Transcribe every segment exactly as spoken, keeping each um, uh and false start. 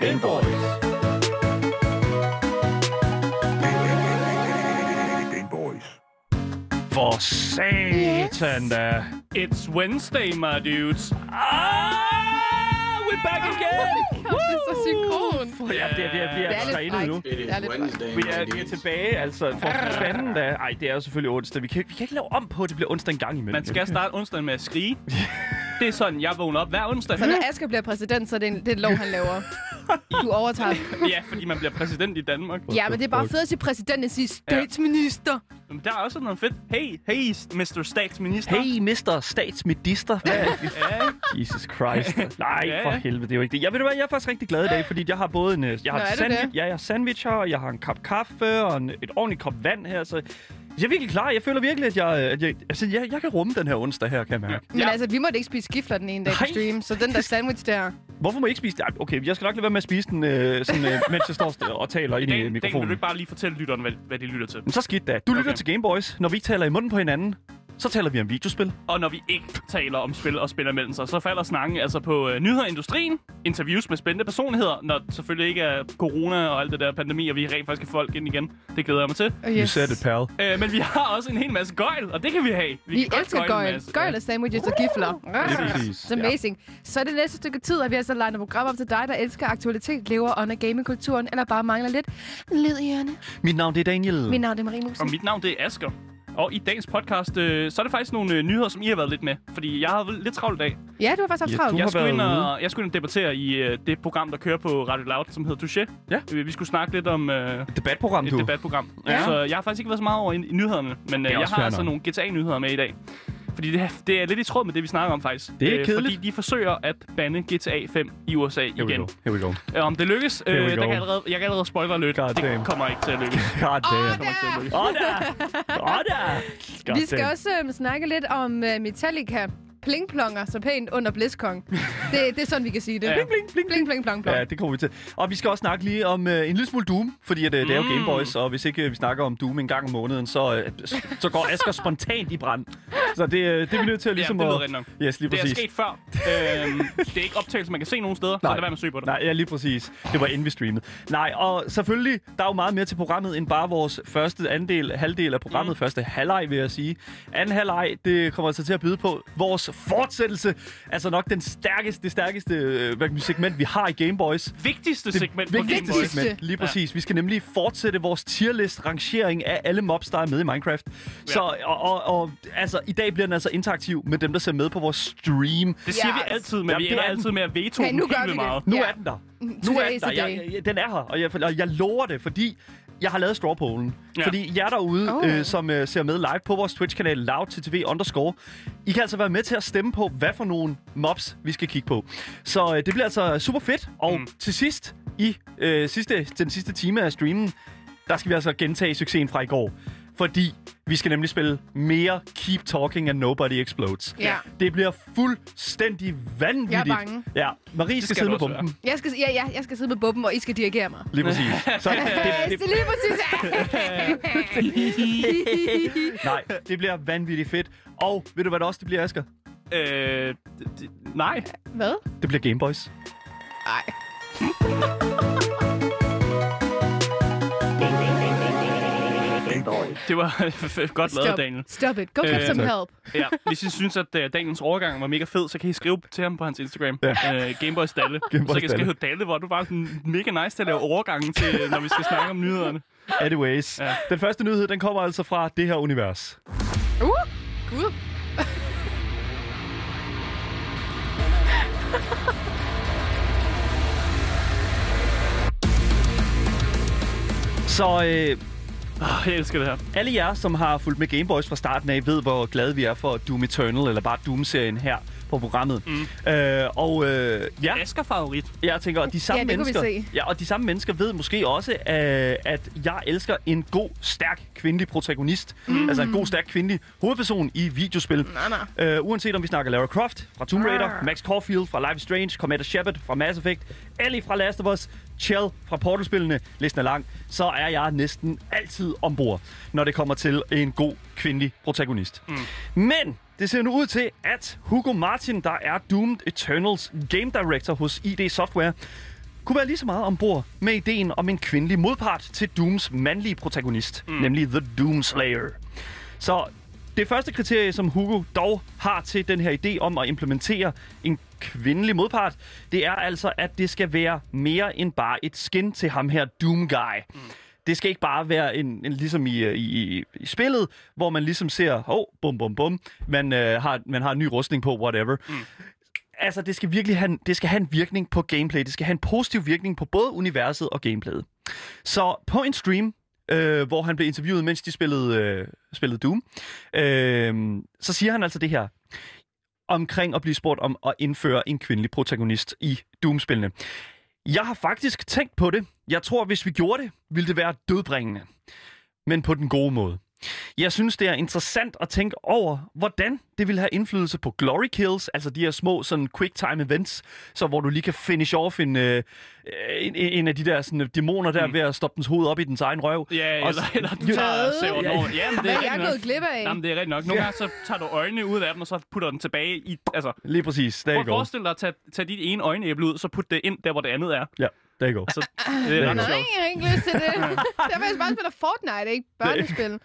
Game Boys. Game Boys. For satan da. It's Wednesday, my dudes. Ah, we're back again. Det er så synkron. Ja, det er, vi er, vi er, Det er lidt trænet nu. frækt. Det er lidt frækt. Vi er, vi er tilbage, altså. For fanden da. Ej, det er jo selvfølgelig onsdag. Vi kan, vi kan ikke lave om på, at det bliver onsdag en gang imellem. Man skal starte onsdagen med at skrige. Det er sådan, jeg vågner op hver onsdag. Så når Asger bliver præsident, så er det en, det er en lov, han laver. Du overtager. Ja, fordi man bliver præsident i Danmark. Ja, men det er bare fedt at sige præsident og sige statsminister. Men der er også noget fedt. Hey, hey, mister Statsminister. Hey, mister Statsminister. Hvad er det? Ja. Jesus Christ. Nej, Ja, for ja. helvede, det er jo ikke det. Jeg ved du hvad, jeg er faktisk rigtig glad i dag, fordi jeg har både en, jeg har Nå, et er du sandwich, det? ja, jeg har sandwich her, og jeg har en kop kaffe og en, et ordentligt kop vand her, så jeg er virkelig klar. Jeg føler virkelig, at jeg, at jeg, altså, jeg, jeg kan rumme den her onsdag her, kan jeg mærke. Men Ja. altså, vi måtte ikke spise gifler den ene dag på Nej. stream, så den der sandwich der... Hvorfor må jeg ikke spise det? Ej, okay, jeg skal nok lade være med at spise den, øh, sådan, øh, mens jeg står og taler ind i Den, den vil mikrofonen. du ikke bare lige fortælle lytterne, hvad, hvad de lytter til. Men så skidt da. Du lytter Okay. til Game Boys. Når vi ikke taler i munden på hinanden, så taler vi om videospil. Og når vi ikke taler om spil og spiller mellem sig, så falder snakken altså på øh, nyheder i industrien, interviews med spændende personligheder, når det selvfølgelig ikke er corona og alt det der pandemi, og vi rent faktisk kan få folk ind igen. Det glæder jeg mig til. Oh, Du sagde det, Perl. Øh, men vi har også en hel masse gøjl, og det kan vi have. Vi, Vi kan godt elsker gøjle en gøjl. masse. Gøjl og sandwiches og gifler. Lige præcis. It's amazing. Så er det næste stykke tid, at vi altså legnet program op til dig, der elsker aktualitet, lever under gamingkulturen, eller bare mangler lidt led i ørene. Mit navn det er Daniel. Mit navn er Marie Musen. Og mit navn, det er Asger. Og i dagens podcast, øh, så er det faktisk nogle øh, nyheder, som I har været lidt med. Fordi jeg har lidt travlt i dag. Ja, du har faktisk haft Ja, travlt. du Jeg har skulle, ind været og, jeg skulle ind og debattere i øh, det program, der kører på Radio Loud, som hedder Touché. Ja. Øh, Vi skulle snakke lidt om øh, Et debatprogram, et du. debatprogram. Ja. Så jeg har faktisk ikke været så meget over i, i nyhederne. Men øh, jeg også har fair altså nok. nogle G T A-nyheder med i dag. Fordi det, det er lidt i tråd med det, vi snakker om faktisk. Det er Øh, kedeligt. Fordi de forsøger at bande G T A fem i U S A Here we igen. go. Here we go. Øh, Om det lykkes, øh, Here we der go. kan jeg, allerede, jeg kan allerede spoiler lidt. God Det damn. kommer ikke til at lykkes. God Åh, damn. kommer ikke til at lykkes. Åh, der! Åh, der! God Vi skal damn. også øh, snakke lidt om øh, Metallica. Plingplonger så pænt under BlizzCon. det, det er sådan, vi kan sige det. Ja. Bling, bling, bling, bling, bling, plong, plong. Ja, det kommer vi til. Og vi skal også snakke lige om øh, en lille smule Doom, fordi at, øh, det er jo Mm. Game Boys, og hvis ikke øh, vi snakker om Doom en gang om måneden, så, øh, så går Asger spontant i brand. Så det, øh, det er vi nødt til at ligesom Ja, det lyder at... rigtig nok. Yes, lige Det er præcis. sket før. øhm, det er ikke optagelse, man kan se nogen steder, så Nej. lad være med at søge på det. Nej, ja, lige præcis. Det var inden vi streamede. Nej, og selvfølgelig, der er jo meget mere til programmet, end bare vores første andel, halvdel af programmet. Mm. Første halvleg, vil jeg sige. Anden halvleg, det kommer altså til at byde på vores fortsættelse. Altså nok den stærkeste, det stærkeste øh, hvad kan man sige, segment, vi har i Game Boys. Vigtigste segment på Game vigtigste Boys. segment, lige præcis. Ja. Vi skal nemlig fortsætte vores tierlist-rangering af alle mobs, der er med i Minecraft. Så, og, og, og altså, i dag bliver den altså interaktiv med dem, der ser med på vores stream. Det siger Yes. vi altid, men Jamen, vi det ender er den. altid med at veto Hey, den nu helt gør vildt vi det. meget. Nu Ja. er den der. Nu er Today den is der. the Jeg, day. jeg, den er her, og jeg, og jeg lover det, fordi jeg har lavet strawpollen. Ja. Ja. Fordi jer derude, Oh. øh, som øh, ser med live på vores Twitch-kanal loudttv underscore, I kan altså være med til at stemme på, hvad for nogle mobs vi skal kigge på. Så øh, det bliver altså super fedt. Og Mm. mm. til sidst, i øh, sidste, den sidste time af streamen, der skal vi altså gentage succesen fra i går. Fordi vi skal nemlig spille mere Keep Talking and Nobody Explodes. Ja. Det bliver fuldstændig vanvittigt. Jeg er bange. Ja, Marie skal, skal sidde du med også bomben. Jeg skal, ja, ja, jeg skal sidde med bomben, og I skal dirigere mig. Lige præcis. Så det, Det, det, det er lige præcis. nej, det bliver vanvittigt fedt. Og ved du, hvad det også det bliver, Asger? Øh, det, det, nej. Hvad? Det bliver Game Boys. Nej. Det var godt lavet, Stop. Daniel. Stop it. Go get Øh, some tak. help. Ja, hvis I synes, at uh, Daniels overgang var mega fed, så kan I skrive til ham på hans Instagram. Ja. Uh, Gameboys Dalle. Gameboys Så kan I Dalle. skrive Dalle, hvor du bare er sådan mega nice til at lave overgangen til, når vi skal snakke om nyhederne. Anyways. Ja. Den første nyhed, den kommer altså fra det her univers. Uh, gud. Så øh, Oh, jeg elsker det her. alle jer, som har fulgt med Game Boys fra starten af, ved, hvor glade vi er for Doom Eternal, eller bare Doom-serien her på programmet. Mm. Øh, og øh, ja, Asger favorit. jeg tænker, at de samme Ja, det kunne vi mennesker, se. ja, og de samme mennesker ved måske også, øh, at jeg elsker en god, stærk kvindelig protagonist. Mm. Altså en god, stærk kvindelig hovedperson i videospil. Nej, nej. Øh, uanset om vi snakker Lara Croft fra Tomb Raider, Ah. Max Caulfield fra Life is Strange, Commander Shepard fra Mass Effect, Ellie fra Last of Us, Chell fra Portal-spillene, listen er lang, så er jeg næsten altid ombord, når det kommer til en god kvindelig protagonist. Mm. Men det ser nu ud til, at Hugo Martin, der er Doom Eternals Game Director hos I D Software, kunne være lige så meget ombord med ideen om en kvindelig modpart til Dooms mandlige protagonist, mm. nemlig The Doomslayer. Så det første kriterie, som Hugo dog har til den her idé om at implementere en kvindelig modpart, det er altså, at det skal være mere end bare et skin til ham her Doom Guy. Mm. Det skal ikke bare være en, en ligesom i, i, i spillet, hvor man ligesom ser, åh, oh, bum, bum, bum, man, øh, har, man har en ny rustning på, whatever. Mm. Altså, det skal virkelig have, det skal have en virkning på gameplay. Det skal have en positiv virkning på både universet og gameplayet. Så på en stream, øh, hvor han blev interviewet, mens de spillede, øh, spillede Doom, øh, så siger han altså det her omkring at blive spurgt om at indføre en kvindelig protagonist i Doom-spillene. Jeg har faktisk tænkt på det. Jeg tror, hvis vi gjorde det, ville det være dødbringende. Men på den gode måde. Jeg synes, det er interessant at tænke over, hvordan det vil have indflydelse på glory kills, altså de her små sådan quick time events, så hvor du lige kan finish off en, øh, en, en af de der sådan, dæmoner der mm. ved at stoppe dens hoved op i dens egen røv. Ja, og eller, eller du tager sæver den over. Ja, men det er jeg er gået glip af. Jamen, det er rigtigt nok. Nogle gange så tager du øjnene ud af dem, og så putter den tilbage i... Altså, lige præcis. Prøv at forestille dig at tage, tage dit ene øjenæble ud, så putte det ind der, hvor det andet er. Ja. Der går. Altså, det er Nej, jeg har ikke lyst til det. Der vil jeg bare spille Fortnite, ikke børnespil.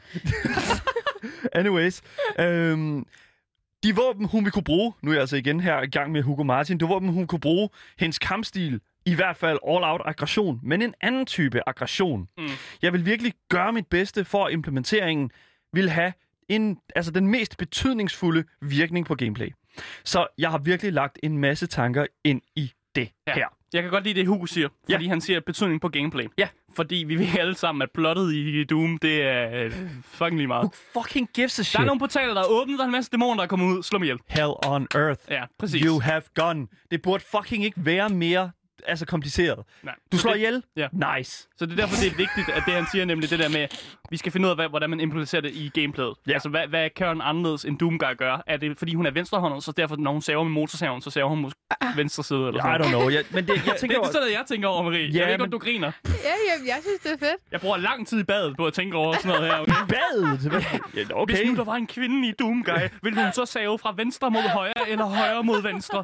Anyways. Øhm, de våben, hun vil kunne bruge, nu er jeg altså igen her i gang med Hugo Martin, de våben, hun kunne bruge, hendes kampstil, i hvert fald all-out aggression, men en anden type aggression. Mm. Jeg vil virkelig gøre mit bedste for, at implementeringen vil have en, altså den mest betydningsfulde virkning på gameplay. Så jeg har virkelig lagt en masse tanker ind i det ja. her. Jeg kan godt lide det, Hugo siger, fordi ja. han siger betydning på gameplay. Ja. Fordi vi ved alle sammen, at plottet i Doom, det er uh, fucking lige meget. Who fucking gives a shit? Der er nogle portaler, der er åbnet, der er en masse dæmoner, der er kommet ud. Slå mig ihjel. Hell on earth. Ja, præcis. You have gone. Det burde fucking ikke være mere altså kompliceret. Nej. Du slår det, ihjel? Ja. Nice. Så det er derfor, det er vigtigt, at det han siger, nemlig det der med, vi skal finde ud af, hvad, hvordan man implementerer det i gameplayet. Ja. Altså, hvad, hvad kan en anderledes end Doom Guy gøre? Er det, fordi hun er venstrehåndet, så derfor, når hun saver med motorsaven, så saver hun måske ah. venstre side, eller sådan? I don't know. Jeg, men det, jeg tænker det, det er sådan noget, jeg tænker over, Marie. Ja, jeg ved godt, du griner. Ja, ja, jeg synes, det er fedt. Jeg bruger lang tid i badet på at tænke over sådan noget her. Okay? Badet? Ja, okay. Hvis nu der var en kvinde i Doom Guy, ville hun så save fra venstre mod højre, eller højre mod venstre?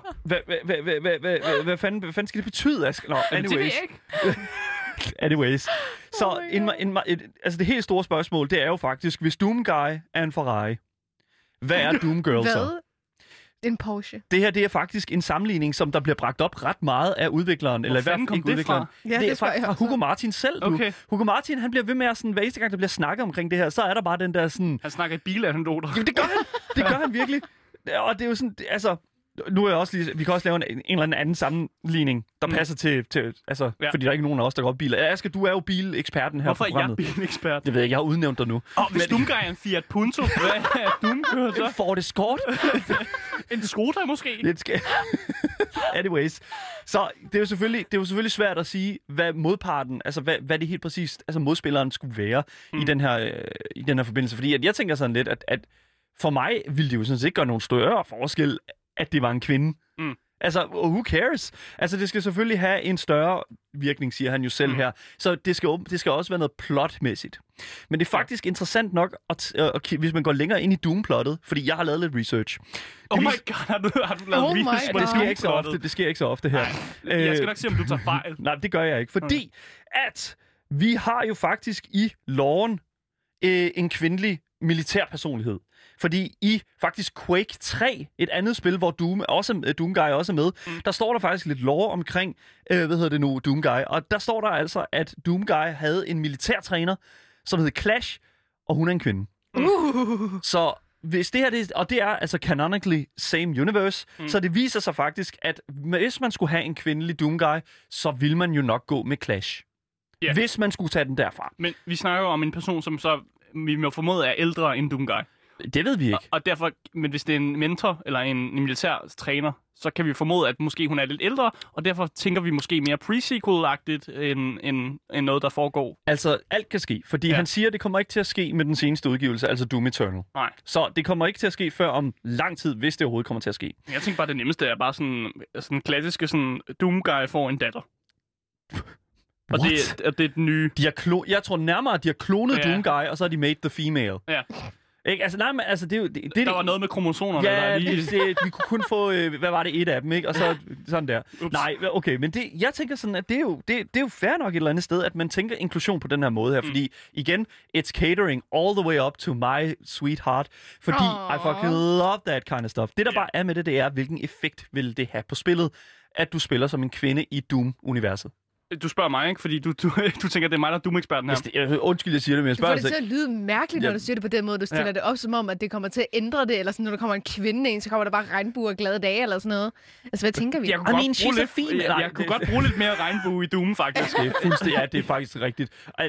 Hvad fanden skal det betyde, Ask? Nå, anyways. Det ved jeg ikke. Anyways. Så oh en, en, et, altså det helt store spørgsmål, det er jo faktisk, hvis Doom Guy er en Ferrari, hvad er Doom Girl så? Hvad? En Porsche. Det her, det er faktisk en sammenligning, som der bliver bragt op ret meget af udvikleren. Hvor eller i hvert fald ikke udvikleren. Ja, det, det er faktisk fra Hugo Martin selv. Okay. Hugo Martin, han bliver ved med at sådan, hver eneste gang, der bliver snakket omkring det her, så er der bare den der sådan... Han snakker i bilanekdoter. Jamen, det gør han. Det gør han virkelig. Og det er jo sådan, det, altså... Nu er jeg også lige, vi kan også lave en, en eller anden, anden sammenligning, der mm. passer til, til altså, ja. fordi der er ikke nogen af os, der går op biler. Asger, du er jo bileksperten her. Hvorfor er jeg bilekspert? Jeg ved ikke, jeg har udnævnt dig nu. Og hvis Doom Guy er en Fiat Punto, hvad er Doom Girl så? En Ford Escort. En Skoda måske? Det skal... Anyways. Så det er, jo selvfølgelig, det er jo selvfølgelig svært at sige, hvad modparten, altså hvad, hvad det helt præcist, altså modspilleren skulle være mm. i, den her, øh, i den her forbindelse. Fordi at jeg tænker sådan lidt, at, at for mig ville det jo sådan set ikke gøre nogen større forskel, at det var en kvinde. Mm. Altså, who cares? Altså, det skal selvfølgelig have en større virkning, siger han jo selv mm. her. Så det skal, det skal også være noget plotmæssigt. Men det er faktisk ja. interessant nok, at, at, hvis man går længere ind i Doom-plottet, fordi jeg har lavet lidt research. Det oh my god, har du, har du lavet oh research på det sker ikke så ofte. Det sker ikke så ofte her. Nej, jeg skal nok se, om du tager fejl. Nej, det gør jeg ikke. Fordi at vi har jo faktisk i loven øh, en kvindelig militær personlighed. Fordi i faktisk Quake tre, et andet spil, hvor Doom, også, Doom Guy også er med, mm. der står der faktisk lidt lore omkring, øh, hvad hedder det nu, Doom Guy. Og der står der altså, at Doom Guy havde en militærtræner, som hed Clash, og hun er en kvinde. Uh. Så hvis det her, det, og det er altså canonically same universe, mm. så det viser sig faktisk, at hvis man skulle have en kvindelig Doom Guy, så vil man jo nok gå med Clash. Yeah. Hvis man skulle tage den derfra. Men vi snakker jo om en person, som så, vi må formode, er ældre end Doom Guy. Det ved vi ikke. Og, og derfor, men hvis det er en mentor eller en, en militær træner, så kan vi formode, at måske hun er lidt ældre, og derfor tænker vi måske mere pre-sequel-agtigt end, end, end noget, der foregår. Altså, alt kan ske, fordi ja. han siger, at det kommer ikke til at ske med den seneste udgivelse, altså Doom Eternal. Nej. Så det kommer ikke til at ske før om lang tid, hvis det overhovedet kommer til at ske. Jeg tænker bare, det nemmeste er bare sådan sådan klassiske sådan, Doom Guy får en datter. Og det, og det er den nye... De har klo- jeg tror nærmere, at de har klonet ja. Doom Guy, og så har de made the female. Ja. Ikke? Altså, nej, men altså, det er jo... Det, det, der var noget med kromosomerne, ja, der lige... det, det, vi kunne kun få, øh, hvad var det, et af dem, ikke? Og så sådan der. Ups. Nej, okay, men det, jeg tænker sådan, at det er, jo, det, det er jo fair nok et eller andet sted, at man tænker inklusion på den her måde her, mm. fordi, igen, it's catering all the way up to my sweetheart, fordi Aww. I fucking love that kind of stuff. Det, der yeah. bare er med det, det er, hvilken effekt vil det have på spillet, at du spiller som en kvinde i Doom-universet. Du spørger mig, ikke? Fordi du, du, du tænker, det er mig, der er Doom-eksperten her. Det, jeg, undskyld, jeg siger det, men jeg spørger dig. Du får det til at lyde mærkeligt, når ja. du siger det på den måde. Du stiller ja. det op som om, at det kommer til at ændre det, eller sådan, når der kommer en kvinde ind, så kommer der bare regnbue og glade dage, eller sådan noget. Altså, hvad tænker vi? Jeg kunne, I godt, mean, lidt, fin, jeg, jeg kunne godt bruge lidt mere regnbue i Doom, faktisk. Det er fuldstændig, ja, det er faktisk rigtigt.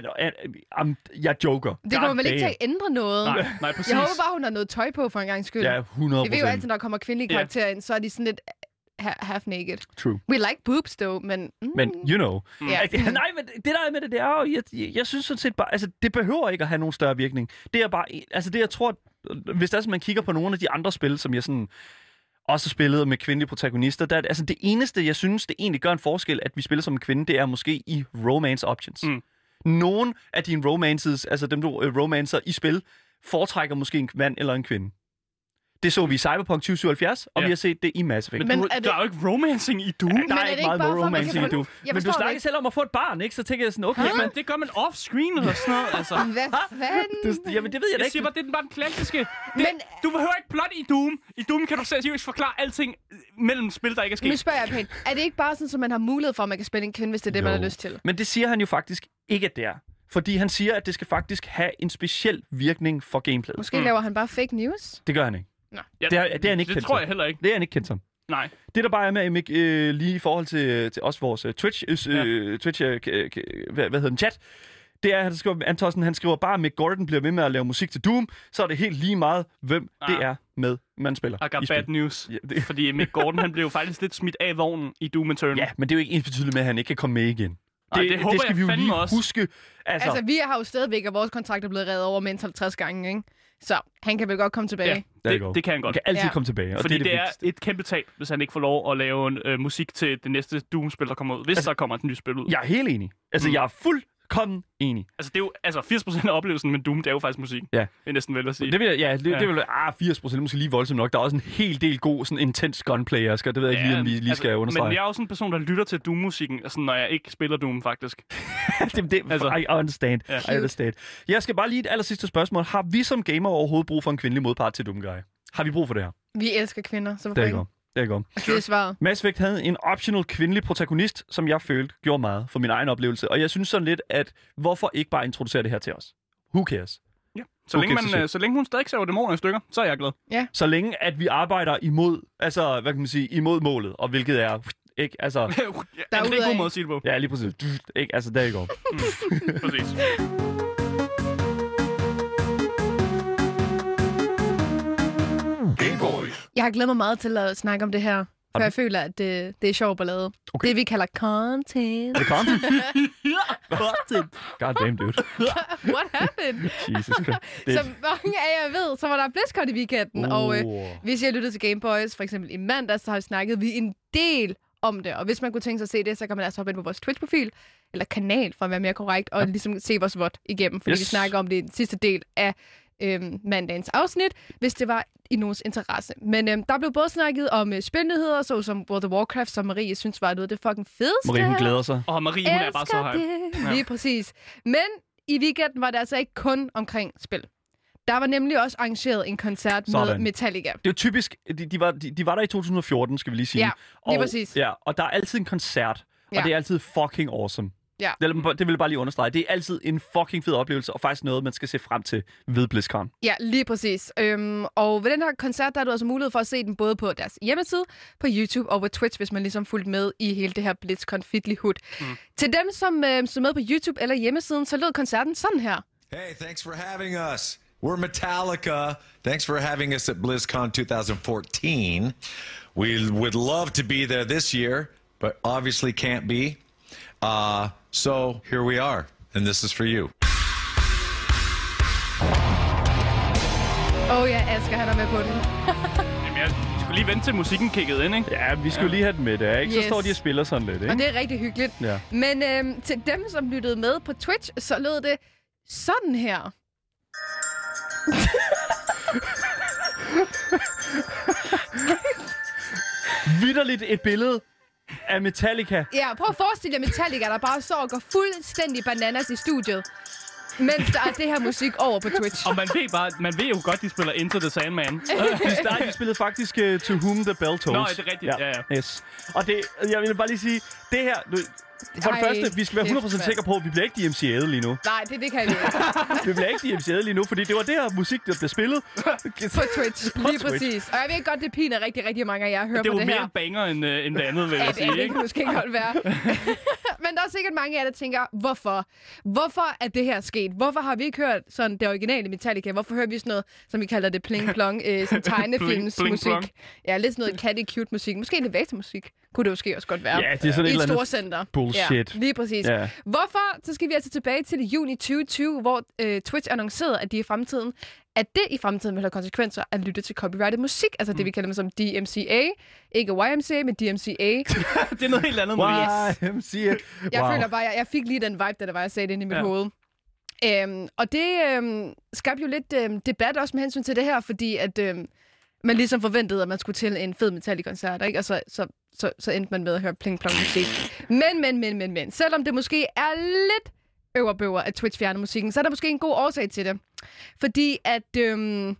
Jeg joker. Det kommer vel ikke til at ændre noget? Nej, nej, præcis. Jeg håber bare, hun har noget tøj på for en gang skyld. Ja, hundrede procent. Vi ved jo altid, når der kommer kvindelige karakterer ind, så er de sådan lidt... half naked. True. We like boobs, though, men... Mm. Men, you know. Mm. Yeah. Nej, men det der er med det, det er jo... Jeg, jeg, jeg synes sådan set bare... Altså, det behøver ikke at have nogen større virkning. Det er bare... Altså, det jeg tror... Hvis der er sådan, man kigger på nogle af de andre spil, som jeg sådan... også spillet med kvindelige protagonister, der, altså det eneste, jeg synes, det egentlig gør en forskel, at vi spiller som en kvinde, det er måske i romance options. Mm. Nogle af dine romances, altså dem du uh, romancer i spil, foretrækker måske en mand eller en kvinde. Det så vi i Cyberpunk tyve syvoghalvfjerds, og ja. vi har set det i Mass Effect. Men, men du, der er jo ikke romancing i Doom. Ja, der er, er ikke meget for, romancing i Doom. Men du snakker selv om at få et barn, ikke? Så tænker jeg sådan, okay, ja, men det gør man off-screen eller sådan noget. Altså. Hvad fanden? Du, jamen, det ved jeg, jeg da ikke. Jeg siger bare, det er bare den klassiske. Det, men, du behøver ikke plot i Doom. I Doom kan du seriøst forklare alting mellem spil, der ikke er sket. Nu spørger jeg pænt. Er det ikke bare sådan, at man har mulighed for, at man kan spille en kvinde, hvis det er det, jo. man har lyst til? Men det siger han jo faktisk ikke, at det er. Fordi han siger, at det skal faktisk have en speciel virkning for gameplayet. Måske mm. laver han bare fake news? Det gør han ikke. Nå. Ja, det, er, det er han ikke det kendt tror som. jeg heller ikke. Det er han ikke kendt som. Nej. Det, der bare er med, Mik, øh, lige i forhold til, til os, vores uh, Twitch, øh, ja. Twitch øh, k- k- hvad, hvad hedder den, chat, det er, at skriver, Antossen, han skriver bare, at Mick Gordon bliver ved med at lave musik til Doom, så er det helt lige meget, hvem ah. det er med, man spiller. I got bad news. Ja, det... Fordi Mick Gordon, han blev jo faktisk lidt smidt af vognen i Doom Eternal. Ja, men det er jo ikke ensbetydende med, at han ikke kan komme med igen. Det, Ej, det, håber det skal jeg vi jo lige også. huske. Altså, altså, vi har jo stadigvæk, at vores kontrakt er blevet reddet over mindst halvtreds gange, ikke? Så han kan vel godt komme tilbage. Ja, det, det kan han godt. Han kan altid ja. komme tilbage. Og fordi det er, det det er et kæmpe tab, hvis han ikke får lov at lave en, øh, musik til det næste Doom-spil, der kommer ud. Hvis altså, der kommer et nyt spil ud. Jeg er helt enig. Altså, mm. jeg er fuldkommen enig. Altså, det er jo, altså firs procent af oplevelsen med Doom, det er jo faktisk musik. Ja. Det er næsten vel at sige. Det vil, ja, det, ja. det vil ah, firs procent måske lige voldsomt nok. Der er også en hel del god, sådan intens gunplay, skal. Det ved jeg ikke ja, lige, om vi lige altså, skal understrege. Men jeg er jo sådan en person, der lytter til Doom-musikken, altså, når jeg ikke spiller Doom, faktisk. det, det, altså, I understand. Ja. I understand. Jeg skal bare lige et aller sidste spørgsmål. Har vi som gamer overhovedet brug for en kvindelig modpart til Doom Guy? Har vi brug for det her? Vi elsker kvinder, så hvorfor ikke? Det er godt. Det er svaret. Mass Effect havde en optional kvindelig protagonist, som jeg følte gjorde meget for min egen oplevelse. Og jeg synes sådan lidt, at hvorfor ikke bare introducere det her til os? Who cares? Ja. Så, længe man, så længe hun stadig saver dæmoner i stykker, så er jeg glad. Ja. Så længe at vi arbejder imod, altså hvad kan man sige, imod målet, og hvilket er ikke, altså. ja, der er en rigtig god måde at sige det på. Ja, lige præcis. Ikke, altså der er ikke mm. Præcis. Jeg har glædet mig meget til at snakke om det her, for jeg føler, at det, det er sjovt ballade. Okay. Det, vi kalder content. Er det content? Content. God damn, dude. What happened? Jesus Christ. Som mange af jer ved, så var der BlizzCon i weekenden, uh. og øh, hvis jeg lyttede til Game Boys, for eksempel i mandags, så har vi snakket vi en del om det. Og hvis man kunne tænke sig at se det, så kan man altså hoppe ind på vores Twitch-profil, eller kanal, for at være mere korrekt, og ja. ligesom se vores V O D igennem, fordi yes. vi snakker om det i den sidste del af øhm, mandagens afsnit, hvis det var i nogens interesse. Men øhm, der blev både snakket om øh, spændnyheder, såsom World of Warcraft, som Marie synes var noget af det fucking fedeste. Marie, hun glæder sig. Og Marie, hun er bare så høj. Ja. Lige præcis. Men i weekenden var det altså ikke kun omkring spil. Der var nemlig også arrangeret en koncert Sådan. med Metallica. Det er jo typisk, de, de, var, de, de var der i to tusind og fjorten, skal vi lige sige. Ja, lige og, præcis. Ja, og der er altid en koncert, og ja. det er altid fucking awesome. Ja. Det, det vil jeg bare lige understrege. Det er altid en fucking fed oplevelse, og faktisk noget, man skal se frem til ved BlizzCon. Ja, lige præcis. Øhm, og ved den her koncert, der er du altså mulighed for at se den både på deres hjemmeside, på YouTube og på Twitch, hvis man ligesom fulgte med i hele det her BlizzCon fiddlyhood. Mm. Til dem, som øh, så med på YouTube eller hjemmesiden, så lød koncerten sådan her. Hey, thanks for having us. We're Metallica. Thanks for having us at BlizzCon twenty fourteen. We would love to be there this year, but obviously can't be. Uh, so here we are, and this is for you. Åh oh, ja, Asger, han er med på den. Jamen, jeg skulle lige vente til musikken kiggede ind, ikke? Ja, vi skulle ja. lige have den med der, ikke? Yes. Så står de og spiller sådan lidt, ikke? Og det er rigtig hyggeligt. Ja. Men øhm, til dem, som lyttede med på Twitch, så lød det sådan her. Vitterligt et billede af Metallica. Ja, prøv at forestille jer Metallica, der bare så og går fuldstændig bananas i studiet, mens der er det her musik over på Twitch. Og man ved bare, man ved jo godt, de spiller Into the Sandman. Nej, de spillede faktisk uh, To Whom the Bell Tolls. Nå, er det rigtigt? Ja, ja. Yes. Og det, jeg vil bare lige sige, det her... Du, for det Ej, første, vi skal være hundrede procent kæft, sikre på, at vi bliver ikke D M C A'et lige nu. Nej, det, det kan jeg ikke. Vi bliver ikke D M C A'et lige nu, fordi det var det her musik, der blev spillet. På Twitch, På lige Twitch. præcis. Og jeg ved godt, det piner rigtig, rigtig mange af jer at høre Det på var det mere her. en banger end, uh, end det andet, vil Ja, jeg det, sige. det Ikke? kan måske godt være. Men der er sikkert mange af jer, der tænker, hvorfor? Hvorfor er det her sket? Hvorfor har vi ikke hørt sådan det originale Metallica? Hvorfor hører vi sådan noget, som vi kalder det pling-plong, øh, sådan tegnefilmsmusik? Pling-plong. Ja, lidt sådan noget catty-cute-musik. Måske elevator-musik. Kunne det måske også godt være. Ja, det er sådan I et et eller andet storcenter. bullshit. Ja, lige præcis. Ja. Hvorfor? Så skal vi altså tilbage til juni tyve tyve, hvor øh, Twitch annoncerede, at de i fremtiden, at det i fremtiden vil have konsekvenser at lytte til copyrighted musik. Altså mm. det, vi kalder som D M C A. Ikke Y M C A, men D M C A. Det er noget helt andet, Marie. Y M C A. Jeg Wow. føler bare, jeg, jeg fik lige den vibe, da der var, jeg sagde det inde i mit Ja. hoved. Øhm, og det øhm, skabte jo lidt øhm, debat også med hensyn til det her, fordi at øhm, man ligesom forventede, at man skulle til en fed Metallica-koncert, ikke? Og så, så, så, så endte man med at høre pling-plong-musik. Men, men, men, men, men. Selvom det måske er lidt øverbøver, at Twitch fjerner musikken, så er der måske en god årsag til det. Fordi at øhm,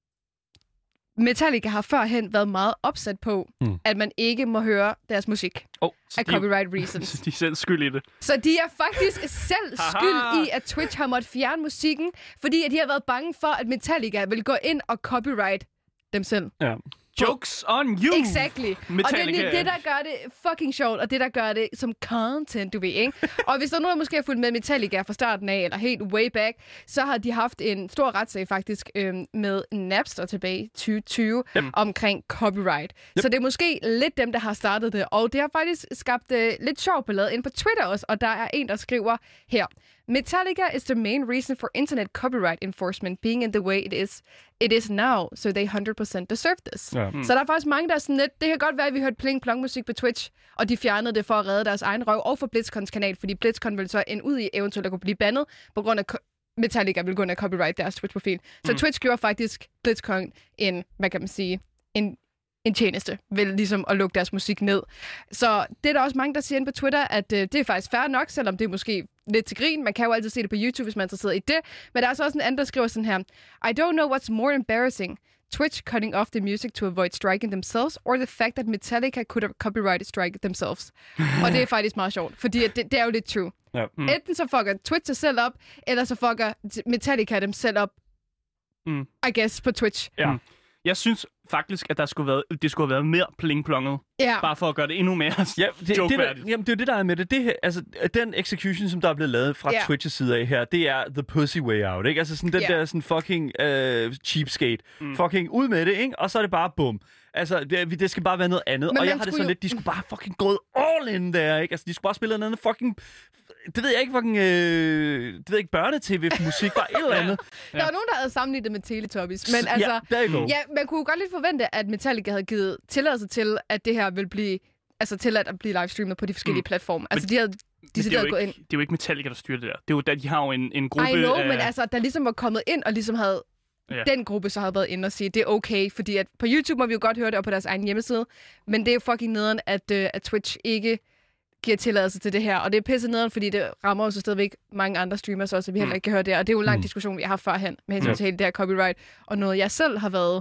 Metallica har førhen været meget opsat på, Mm. at man ikke må høre deres musik Oh, af copyright reasons. De er selv skyld i det. Så de er faktisk selv skyld i, at Twitch har måttet fjerne musikken, fordi at de har været bange for, at Metallica vil gå ind og copyright dem selv. Ja. Jokes on you! Exactly. Metallica. Og det er lige det, der gør det fucking sjovt, og det, der gør det som content, du ved, ikke? Og hvis der er nogen, der måske har fulgt med Metallica fra starten af, eller helt way back, så har de haft en stor retssag faktisk øhm, med Napster tilbage i tyve tyve Yep. omkring copyright. Yep. Så det er måske lidt dem, der har startet det, og det har faktisk skabt øh, lidt sjov ballade ind på Twitter også, og der er en, der skriver her: Metallica is the main reason for internet copyright enforcement being in the way it is it is now, so they one hundred percent deserve this. Ja. Mm. Så der er faktisk mange, der er sådan lidt... Det kan godt være, at vi hørte pling-plong-musik på Twitch, og de fjernede det for at redde deres egen røv, og for BlizzCons kanal, fordi BlizzCon ville så ende ud i eventuelt at kunne blive bandet, på grund af co- Metallica ville gå ind og copyright deres Twitch-profil. Så Mm. Twitch gjorde faktisk BlizzCon en, hvad kan man sige, en, en tjeneste, ved ligesom at lukke deres musik ned. Så det er der også mange, der siger inde på Twitter, at øh, det er faktisk fair nok, selvom det er måske lidt til grin. Man kan jo altid se det på YouTube, hvis man er interesseret i det. Men der er så også en anden, der skriver sådan her: I don't know what's more embarrassing. Twitch cutting off the music to avoid striking themselves, or the fact that Metallica could have copyrighted strike themselves. Og det er faktisk meget sjovt, fordi det, det er jo lidt true. Ja. Mm. Enten så fucker Twitch sig selv op, eller så fucker Metallica dem selv op, Mm. I guess, på Twitch. Ja. Jeg synes faktisk, at der skulle være, det skulle have været mere pling-plonget. Ja. Bare for at gøre det endnu mere Ja, det, det, der, jokeværdigt. jamen, det er jo det, der er med det. det her, altså, den execution, som der er blevet lavet fra Ja. Twitch's side af her, det er the pussy way out, ikke? Altså sådan den Ja. der sådan fucking uh, cheapskate. Mm. Fucking ud med det, ikke? Og så er det bare bum. Altså, det, det skal bare være noget andet. Men og jeg man har det skulle sådan jo- lidt, de skulle bare fucking gået all in der, ikke? Altså, de skulle bare spille noget andet fucking... Det ved jeg ikke, fucking... Øh, det ved jeg ikke, børnetv-musik, bare et eller andet. Der var nogen, der havde sammenlignet det med Teletubbies, men altså... Ja, there you go. Ja, man kunne jo godt lidt forvente, at Metallica havde givet tilladelse til, at det her ville blive... Altså tilladt at blive livestreamet på de forskellige Mm. mm. platforme. Altså, de havde Men det, er decideret jo gået ikke, ind. det er jo ikke Metallica, der styrer det der. Det er jo, der, de har jo en, en gruppe I know, af... men altså, der ligesom var kommet ind og ligesom havde... Ja. Ja. Den gruppe så havde været inde og sige, det er okay, fordi at på YouTube må vi jo godt høre det, og på deres egen hjemmeside, men det er jo fucking nederen, at, uh, at Twitch ikke giver tilladelse til det her, og det er pisse nederen, fordi det rammer jo så stadigvæk mange andre streamers også, at vi heller ikke kan høre det, og det er jo en lang Mm. diskussion, vi har haft førhen, med hensyn Ja. til hele det her copyright, og noget jeg selv har været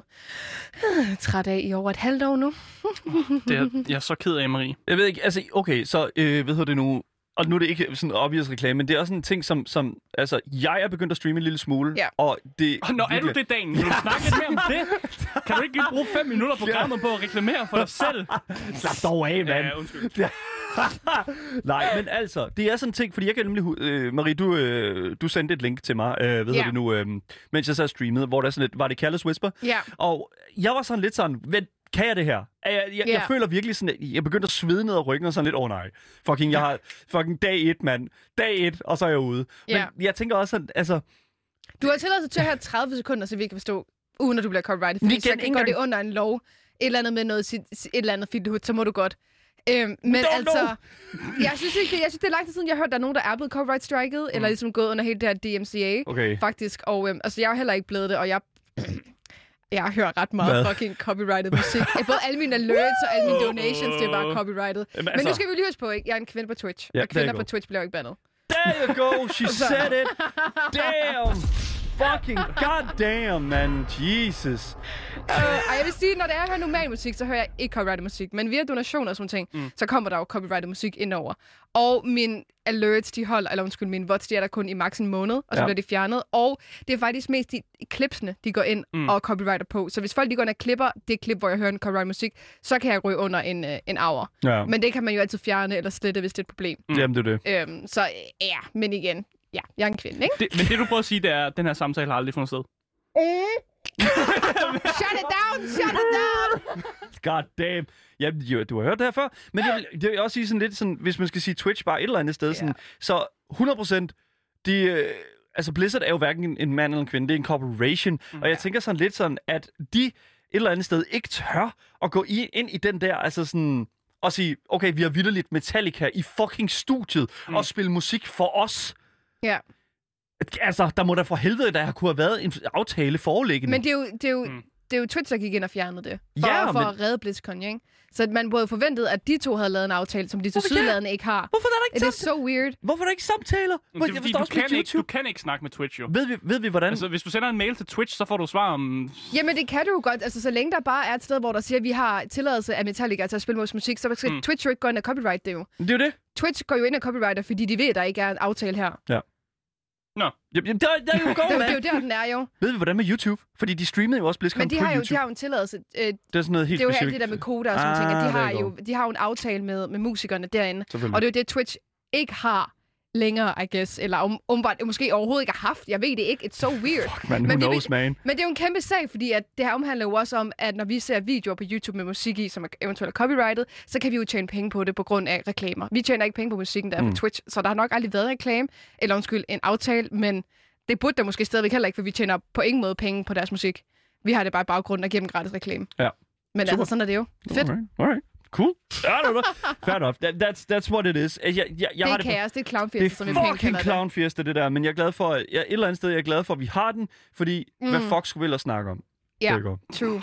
øh, træt af i over et halvt år nu. Det er, jeg er så ked af, Marie. Jeg ved ikke, altså, okay, så øh, hvad hedder det nu? Og nu er det ikke sådan en obvious reklame, men det er også en ting, som, som altså, jeg er begyndt at streame en lille smule, Ja. og det... Og når er du det, Dan? Vil du snakke lidt mere om det? Kan du ikke lige bruge fem minutter på programmet på at reklamere for dig selv? Slap dog af, mand. Ja, undskyld. Nej, men altså, det er sådan en ting, fordi jeg kan nemlig... hu- Øh, Marie, du, øh, du sendte et link til mig, øh, hvad hedder Ja. det nu, øh, mens jeg så streamede, hvor der er sådan lidt... Var det Careless Whisper? Ja. Og jeg var sådan lidt sådan... Vent, kan jeg det her? Jeg, jeg, jeg, Ja. jeg føler virkelig sådan, at jeg begyndte at svede ned ad ryggen og sådan lidt, åh oh, nej. Fucking, jeg har fucking dag et, mand. Dag et, og så er jeg ude. Men Ja. jeg tænker også sådan, altså... Du har tilladelse til at have tredive sekunder, så vi kan forstå, uden at du bliver copyrighted, fordi Igen, så ikke går det engang- under en lov, et eller andet med noget, sit- et eller andet fiddelhud, så må du godt. Øhm, men Don't altså, jeg synes ikke, jeg synes, det er lang tid siden, jeg har hørt, der er nogen, der er blevet copyright striket, mm. eller ligesom gået under hele det her D M C A, Okay. faktisk. Og øhm, altså, jeg er heller ikke blevet det, og jeg Jeg hører ret meget Hvad? fucking copyrighted musik. Både alle mine alerts og alle mine donations, det er bare copyrighted. Jamen, Men altså- nu skal vi lige huske på, ikke? Jeg er en kvinde på Twitch. Ja, Og kvinder there you på go. Twitch bliver jo ikke bandet. There you go, she said it. Damn. Fucking goddamn, man. Jesus. Uh, og jeg vil sige, når det er, jeg hører normal musik, så hører jeg ikke copyrighted musik. Men via donationer og sådan ting, mm. så kommer der jo copyrighted musik indover. Og mine alerts, de holder, eller undskyld, mine vods, de er der kun i maks en måned, og så Ja. bliver de fjernet. Og det er faktisk mest de klipsene, de går ind mm. og copyrighter på. Så hvis folk de går ind og klipper det klip, hvor jeg hører en copyrighted musik, så kan jeg ryge under en, uh, en hour. Ja. Men det kan man jo altid fjerne eller slette, hvis det er et problem. Mm. Jamen, det er det. Øhm, så ja, men igen, ja, jeg er en kvinde, ikke? Det, men det, du prøver at sige, det er, at den her samtale har aldrig fundet sted. Shut it down! Shut it down! God damn. Ja, jo, du har hørt det her før. Men jeg vil, det vil også sige sådan lidt sådan, hvis man skal sige Twitch bare et eller andet sted, sådan, så hundrede procent, de, øh, altså Blizzard er jo hverken en, en mand eller en kvinde, det er en corporation. Mm. Og jeg tænker sådan lidt sådan, at de et eller andet sted ikke tør at gå i, ind i den der, altså sådan, og sige, okay, vi har vitterligt Metallica i fucking studiet, mm. og spille musik for os. Ja. Altså, der må da for helvede, der kunne have været en aftale foreliggende. Men det er jo, det er jo, Mm. det er jo Twitch, der gik ind og fjernede det. For, Ja, for men- at redde BlizzCon, ikke? Så man både forventede, at de to havde lavet en aftale, som de til Hvorfor kan- sydladende ikke har. Hvorfor er der ikke Det er samtaler? so weird. Hvorfor er der ikke samtaler? Det er, Jeg fordi, forstår du også med kan, ikke, du YouTube. kan ikke snakke med Twitch, jo. Ved vi, ved vi hvordan? Altså, hvis du sender en mail til Twitch, så får du svar om... Jamen, det kan du jo godt. Altså, så længe der bare er et sted, hvor der siger, at vi har tilladelse af Metallica til at spille vores musik, så skal mm. Twitch jo ikke gå ind og copyright det jo. det er jo det. Twitch går jo ind og copyrighter, fordi de ved, at der ikke er en aftale her. Nå. Jamen, der, der er jo Det, god, er jo- det er mand. jo der, den er jo. Ved vi hvordan med YouTube? Fordi de streamede jo også BlizzCon Men de på har jo, YouTube. de har jo en tilladelse. Øh, Det er sådan noget helt det er jo specifikt. alt det der med koder og sådan Ah, ting. At de, there har you jo, go. de har jo en aftale med, med musikerne derinde. Selvfølgelig. Og det er jo det, Twitch ikke har længere, I guess. Eller om, umiddelbart måske overhovedet ikke har haft. Jeg ved det ikke. It's so weird. Fuck, man, who Men det- knows, man? Men det er jo en kæmpe sag, fordi at det her omhandler jo også om, at når vi ser videoer på YouTube med musik i, som er eventuelt er copyrighted, så kan vi jo tjene penge på det på grund af reklamer. Vi tjener ikke penge på musikken, der er Mm. på Twitch, så der har nok aldrig været en reklame, eller undskyld, en aftale, men det burde der måske stadigvæk heller ikke, for vi tjener på ingen måde penge på deres musik. Vi har det bare i baggrunden af gennem gratis reklame. Ja. Men Super. altså, sådan er det jo. Fedt. Alright, alright. Cool. Ja, det var fair enough. That, that's, that's what it is. Jeg, jeg, jeg Det har er det på- kaos, det er Det clownfiesta, som vi er pænt fucking kalder det. clownfiesta, det der. Men jeg er glad for, at jeg, et eller andet sted, jeg er glad for, at vi har den. Fordi, mm. hvad fuck skulle vi ellers snakke om? Ja, Det går. true.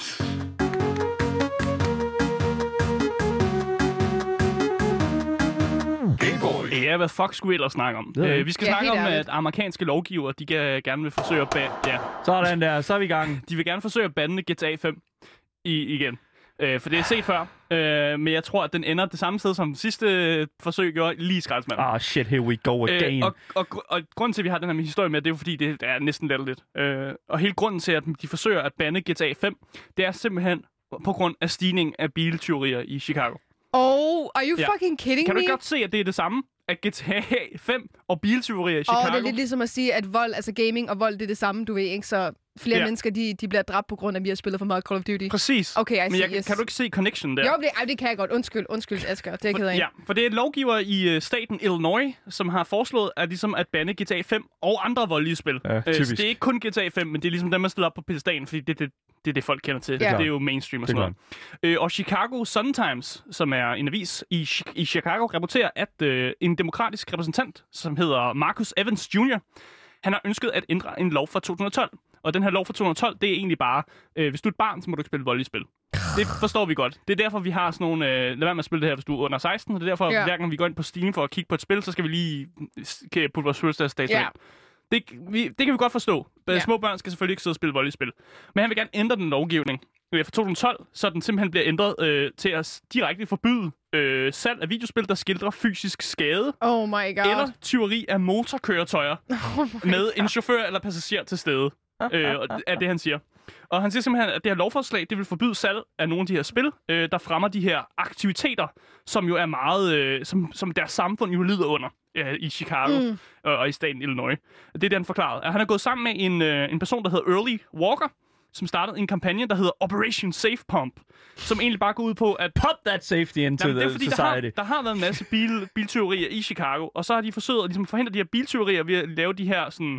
Ja, hvad fuck skulle vi ellers snakke om? Det er det. Øh, vi skal Ja, snakke helt om, ærligt. at amerikanske lovgiver, de kan, gerne vil forsøge at ba- ja, Sådan der, så er vi i gang. de vil gerne forsøge at bande G T A fem i, igen. Øh, for det er set før, øh, men jeg tror, at den ender det samme sted, som sidste øh, forsøg gjorde, lige i skraldespanden. Ah, shit, here we go again. Øh, og, og, og, og grunden til, at vi har den her historie med, det er jo fordi, det er næsten latterligt. Øh, og hele grunden til, at de forsøger at bande G T A fem, det er simpelthen på grund af stigning af biltyverier i Chicago. Oh, are you Ja. fucking kidding Kan du me? ikke godt se, at det er det samme? At G T A fem og biltyverier i Og Chicago... det er lidt ligesom at sige, at vold, altså gaming og vold, det er det samme, du ved, ikke? Så flere Ja. mennesker, de, de bliver dræbt på grund af, at vi har spillet for meget Call of Duty. Præcis. Okay, I Men see, jeg, yes. kan du ikke se connection der? Jo, det, ej, det kan jeg godt. Undskyld, undskyld, Asger. Det er jeg ked af. Ja, for det er et lovgiver i uh, staten Illinois, som har foreslået at, ligesom at bande G T A fem og andre voldelige spil. Ja, Øh, så typisk. det er ikke kun G T A fem, men det er ligesom dem, man stiller op på pedestalen, fordi det, det, det er det, folk kender til. Ja. Det er jo mainstream og Det er sådan noget. Øh, og Chicago Sun-Times, som er en avis i, Chi- i Chicago, rapporterer, at øh, en demokratisk repræsentant, som hedder Marcus Evans junior, han har ønsket at ændre en lov fra to tusind og tolv. Og den her lov fra to tusind og tolv, det er egentlig bare, øh, hvis du er et barn, så må du ikke spille voldelige spil. Det forstår vi godt. Det er derfor, vi har sådan nogle... Øh, lad være med at spille det her, hvis du er under seksten. Og det er derfor, Ja. ja. hver gang vi går ind på Steam for at kigge på et spil, så skal vi lige kan putte vores fødselsdagsdato Ja. ind. Det, vi, det kan vi godt forstå. Ja. Ja. Små børn skal selvfølgelig ikke sidde og spille voldelige spil. Men han vil gerne ændre den lovgivning øh, fra to tusind og tolv, så den simpelthen bliver ændret øh, til at s- direkte forbyde øh, salg af videospil, der skildrer fysisk skade Oh my god. eller tyveri af motorkøretøjer oh med en chauffør eller passager til stede. øh, og det er det, han siger. Og han siger simpelthen, at det her lovforslag, det vil forbyde salg af nogle af de her spil, øh, der fremmer de her aktiviteter, som jo er meget, øh, som, som deres samfund jo lider under øh, i Chicago mm. og, og i staten Illinois. Det er det, han forklarede. Han er gået sammen med en, øh, en person, der hedder Early Walker, som startede en kampagne, der hedder Operation Safe Pump, som egentlig bare går ud på, at Pop that safety into Jamen, det er the fordi, der society. har, der har været en masse bil, biltyverier i Chicago, og så har de forsøgt at ligesom forhindre de her biltyverier ved at lave de her sådan,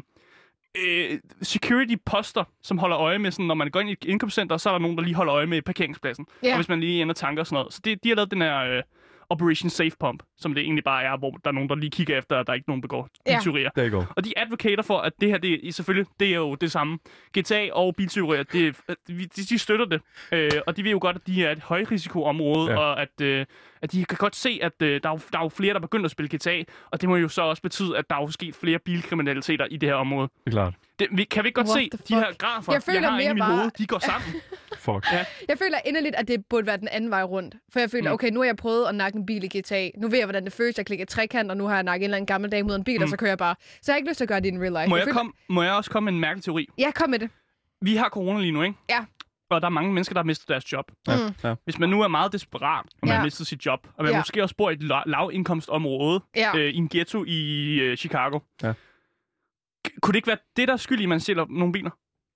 øh, security-poster, som holder øje med, sådan, når man går ind i et indkøbscenter, så er der nogen, der lige holder øje med parkeringspladsen. Ja. Og hvis man lige ender tanker og sådan noget. Så det, de har lavet den her øh, Operation Safe Pump, som det egentlig bare er, hvor der er nogen, der lige kigger efter, at der ikke er nogen begår biltyverier. Der går. Og de advocater for, at det her, det er selvfølgelig, det er jo det samme. G T A og biltyverier, det, de, de støtter det. Øh, og de ved jo godt, at de er et højrisikoområde, ja. og at, øh, at de kan godt se, at øh, der, er jo, der er jo flere, der begynder at spille G T A, og det må jo så også betyde, at der er jo sket flere bilkriminaliteter i det her område. Det er klart. Det, vi, kan vi ikke godt What se the de her fuck? grafer, Jeg føler jeg har mere inde i mit bare- hoved, de går sammen. Fuck. Ja. Jeg føler inderligt, at det burde være den anden vej rundt. For jeg føler, Mm. okay, nu har jeg prøvet at nakke en bil i G T A. Nu ved jeg, hvordan det føles. Jeg klikker trekant, og nu har jeg nakket en eller anden gammel dame ud af en bil, mm. og så kører jeg bare. Så jeg har ikke lyst til at gøre det i en real life. Må, jeg føler... komme, må jeg også komme med en mærkelig teori? Ja, kom med det. Vi har corona lige nu, ikke? Ja. Og der er mange mennesker, der har mistet deres job. Ja. Mm. Ja. Hvis man nu er meget desperat, og man Ja. har mistet sit job, og man Ja. måske også bor i et la- lavindkomstområde, Ja. øh, i en ghetto i øh, Chicago. Ja. K- kunne det ikke være det, der er skyld i, at man stjæler nogle biler?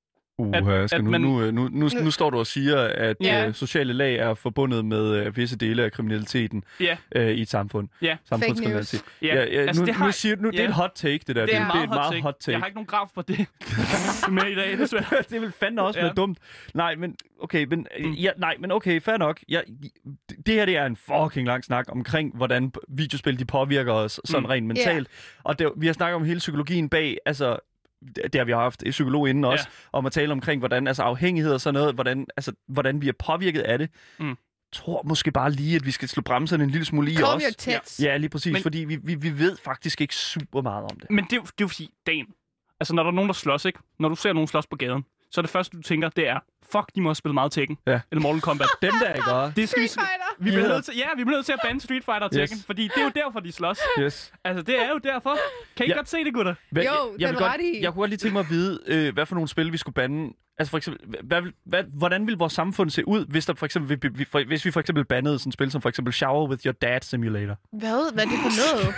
Uha, At- skal at nu, man- nu, nu, nu, nu står du og siger, at Ja. øh, sociale lag er forbundet med øh, visse dele af kriminaliteten Ja. øh, i et samfund. Ja. Samfundskriminalitet. Ja, Ja, ja, altså, nu, det har- nu siger, nu, det er ja. et hot take, det der. Det er, det er et meget, hot, take. Jeg har ikke nogen graf for det med i dag, desværre. det vil fandme også Ja. være dumt. Nej, men okay, men, Mm. ja, nej, men okay, fair nok. Ja, det her det er en fucking lang snak omkring, hvordan videospil de påvirker os sådan Mm. rent mentalt. Og det, vi har snakket om hele psykologien bag, altså det har vi haft en psykolog inden også, ja. om at tale omkring, hvordan altså afhængighed og sådan noget, hvordan, altså, hvordan vi er påvirket af det. Mm. Jeg tror måske bare lige, at vi skal slå bremserne en lille smule i Calm os. your tits. Ja, lige præcis, Men- fordi vi, vi, vi ved faktisk ikke super meget om det. Men det, er jo- det er jo fordi, dagen. Altså, når der er nogen, der slås, ikke? Når du ser nogen slås på gaden, så er det første, du tænker, det er, fuck, de må have spillet meget Tekken. Ja. Eller Mortal Kombat. Dem der, ikke også? Det skal vi, Street Fighter. vi bliver Ja. nødt til, ja, vi bliver nødt til at bande Street Fighter og Tekken, Yes. fordi det er jo derfor, de slås. Yes. Altså, det er jo derfor. Kan I Ja. godt se det, gutter? Hvad, Jo, jeg, den jeg, vil godt, ret i. jeg kunne godt lige tænke mig at vide, øh, hvad for nogle spil vi skulle bande. Altså for eksempel, hvad, vil- hvad, hvordan vil vores samfund se ud, hvis der for eksempel vi, vi, for, hvis vi for eksempel bandede sådan et spil som for eksempel Shower with Your Dad Simulator? Hvad? Hvad er det for noget?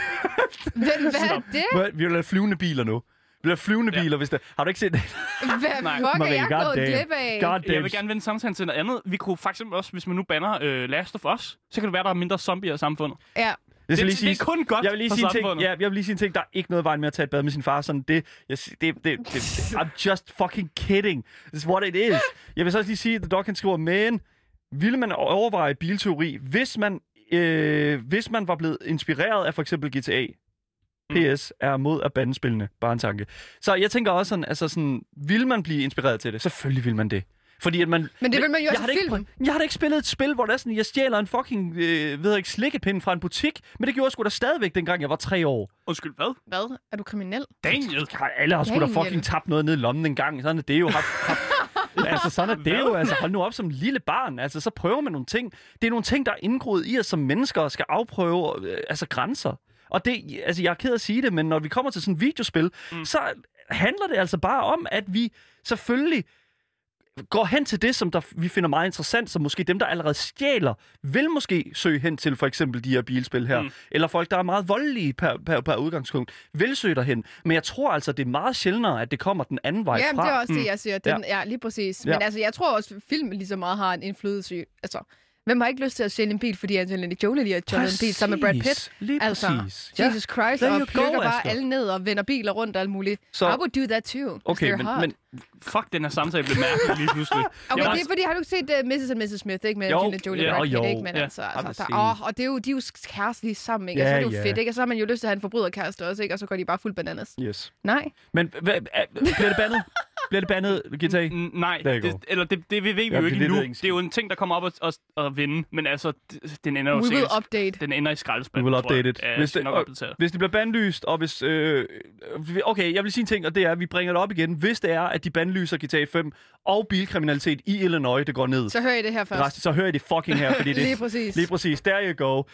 Hvad, hvad er det? Hvad- Vi vil have flyvende biler nu. Vi vil have flyvende Ja. biler, hvis det... Har du ikke set det? Hvad Nej. fuck er Marie, jeg god gået damn. glip af? God Jeg damn. vil gerne vende samtalen til noget andet. Vi kunne faktisk også, hvis man nu banner øh, Last of Us, så kan det være, der er mindre zombier i samfundet. Ja. Jeg Det, skal lige det sige, er kun godt jeg vil lige for sige en ting. samfundet. Ja, jeg vil lige sige en ting. Der er ikke noget vejen med at tage et bad med sin far. Sådan det, jeg, si- det, det, det, det, I'm just fucking kidding. This is what it is. Jeg vil så også lige sige, at The Dog kan skrive, men ville man overveje bilteori, hvis man, øh, hvis man var blevet inspireret af for eksempel G T A? P S er mod at bande spillene. Bare en tanke. Så jeg tænker også sådan, altså sådan, vil man blive inspireret til det? Selvfølgelig vil man det. Fordi at man... Men det vil man jo jeg også har da i ikke, filmen. prø- jeg har da ikke spillet et spil, hvor der er sådan, jeg stjæler en fucking, øh, ved jeg ikke, slikkepind fra en butik. Men det gjorde jeg sgu da stadigvæk, dengang jeg var tre år. Undskyld, hvad? Hvad? Er du kriminel? Daniel. Alle har sgu da Daniel. fucking tabt noget ned i lommen en gang. Sådan er det jo. Haft, haft, altså sådan er det jo. Altså hold nu op som lille barn. Altså så prøver man nogle ting. Det er nogle ting, der er indgroet i os som mennesker og skal afprøve øh, altså grænser. Og det, altså jeg er ked af at sige det, men når vi kommer til sådan et videospil, mm. så handler det altså bare om, at vi selvfølgelig går hen til det, som der, vi finder meget interessant, som måske dem, der allerede stjæler, vil måske søge hen til for eksempel de her bilspil her. Mm. Eller folk, der er meget voldelige per, per, per udgangspunkt, vil søge derhen. Men jeg tror altså, det er meget sjældnere, at det kommer den anden vej Jamen, fra. det er også det, jeg siger. Den, ja. ja, lige præcis. Men Ja. altså, jeg tror også, at film lige så meget har en indflydelse i... Altså, hvem har ikke lyst til at stjæle en bil, fordi Angelina Jolie lige har stjålet en bil sammen med Brad Pitt? Præcis. Lige Altså, præcis. Jesus Christ, There og you go, plukker bare Asger. alle ned og vender biler rundt og alt muligt. Så- I would do that too. Okay, they're men, hot. men Fuck, den her samtale blev mærkelig lige pludselig. Okay, Jeg det er fordi, har du ikke set uh, missus and missus Smith, ikke? Med Jo, Angelina Jolie ja, og Brad jo, Pitt, ikke? Men ja. altså, Har altså vi der, åh, og det er jo, de er jo kærester lige sammen, ikke? Ja, og så er det jo ja. fedt, ikke? Og så har man jo lyst til at have en forbryderkæreste også, ikke? Og så går de bare fuld bananas. yes. Nej. Men hvad, er, bliver det bandet? Bliver det bandet, G T A? N- nej, Der er det, god. eller det, det ved vi Ja, jo det ikke ved endnu. jeg ikke. Det er jo en ting, der kommer op og, og, og vinde, men altså, d- den ender jo We will sikkert... update. Den ender i We skraldespanden, will tror jeg. update it. Ja, Hvis hvis det, det, nok og, opdateret. hvis det bliver bandlyst, og hvis... Øh, okay, jeg vil sige en ting, og det er, at vi bringer det op igen. Hvis det er, at de bandlyser G T A fem og bilkriminalitet i Illinois, det går ned. Så hører I det her først. Resten, så hører I det fucking her, fordi det... Lige præcis. Lige præcis. There you go.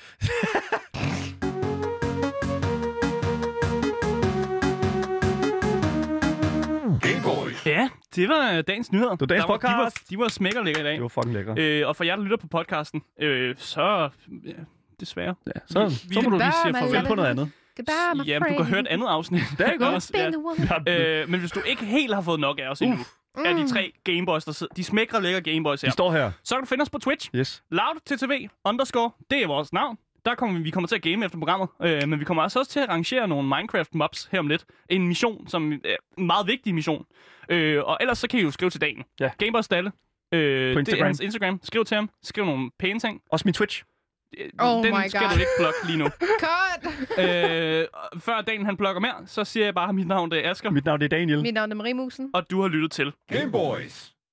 Ja, det var dagens nyheder. Det var dagens Der var, de, var, podcast. de var smækkerlækker i dag. Det var fucking lækker. Øh, og for jer, der lytter på podcasten, øh, så... Ja, desværre. Ja, så, vi- så må du vi lige siger my farvel finde på noget andet. Goodbye, my Ja, du kan høre et andet afsnit. Der er godt. Også, ja. Øh, men hvis du ikke helt har fået nok af os endnu, af de tre Gameboys, der sidder, de smækre lækker Gameboys Vi her, står her. så kan du finde os på Twitch. Yes. LoudTTV underscore, det er vores navn. Der kommer vi, vi kommer til at game efter programmet, øh, men vi kommer altså også til at arrangere nogle Minecraft-mobs her om lidt. En mission, som er en meget vigtig mission. Øh, og ellers så kan I jo skrive til dagen. Ja. Gameboys Dalle. Øh, På det er Instagram. hans Instagram. Skriv til ham. Skriv nogle pæne ting. Også min Twitch. Oh den my skal God. du ikke blokke lige nu. Cut! øh, før dagen han blokker mere, så siger jeg bare, at mit navn det er Asger. Mit navn det er Daniel. Mit navn er Marie Musen. Og du har lyttet til Game Boys.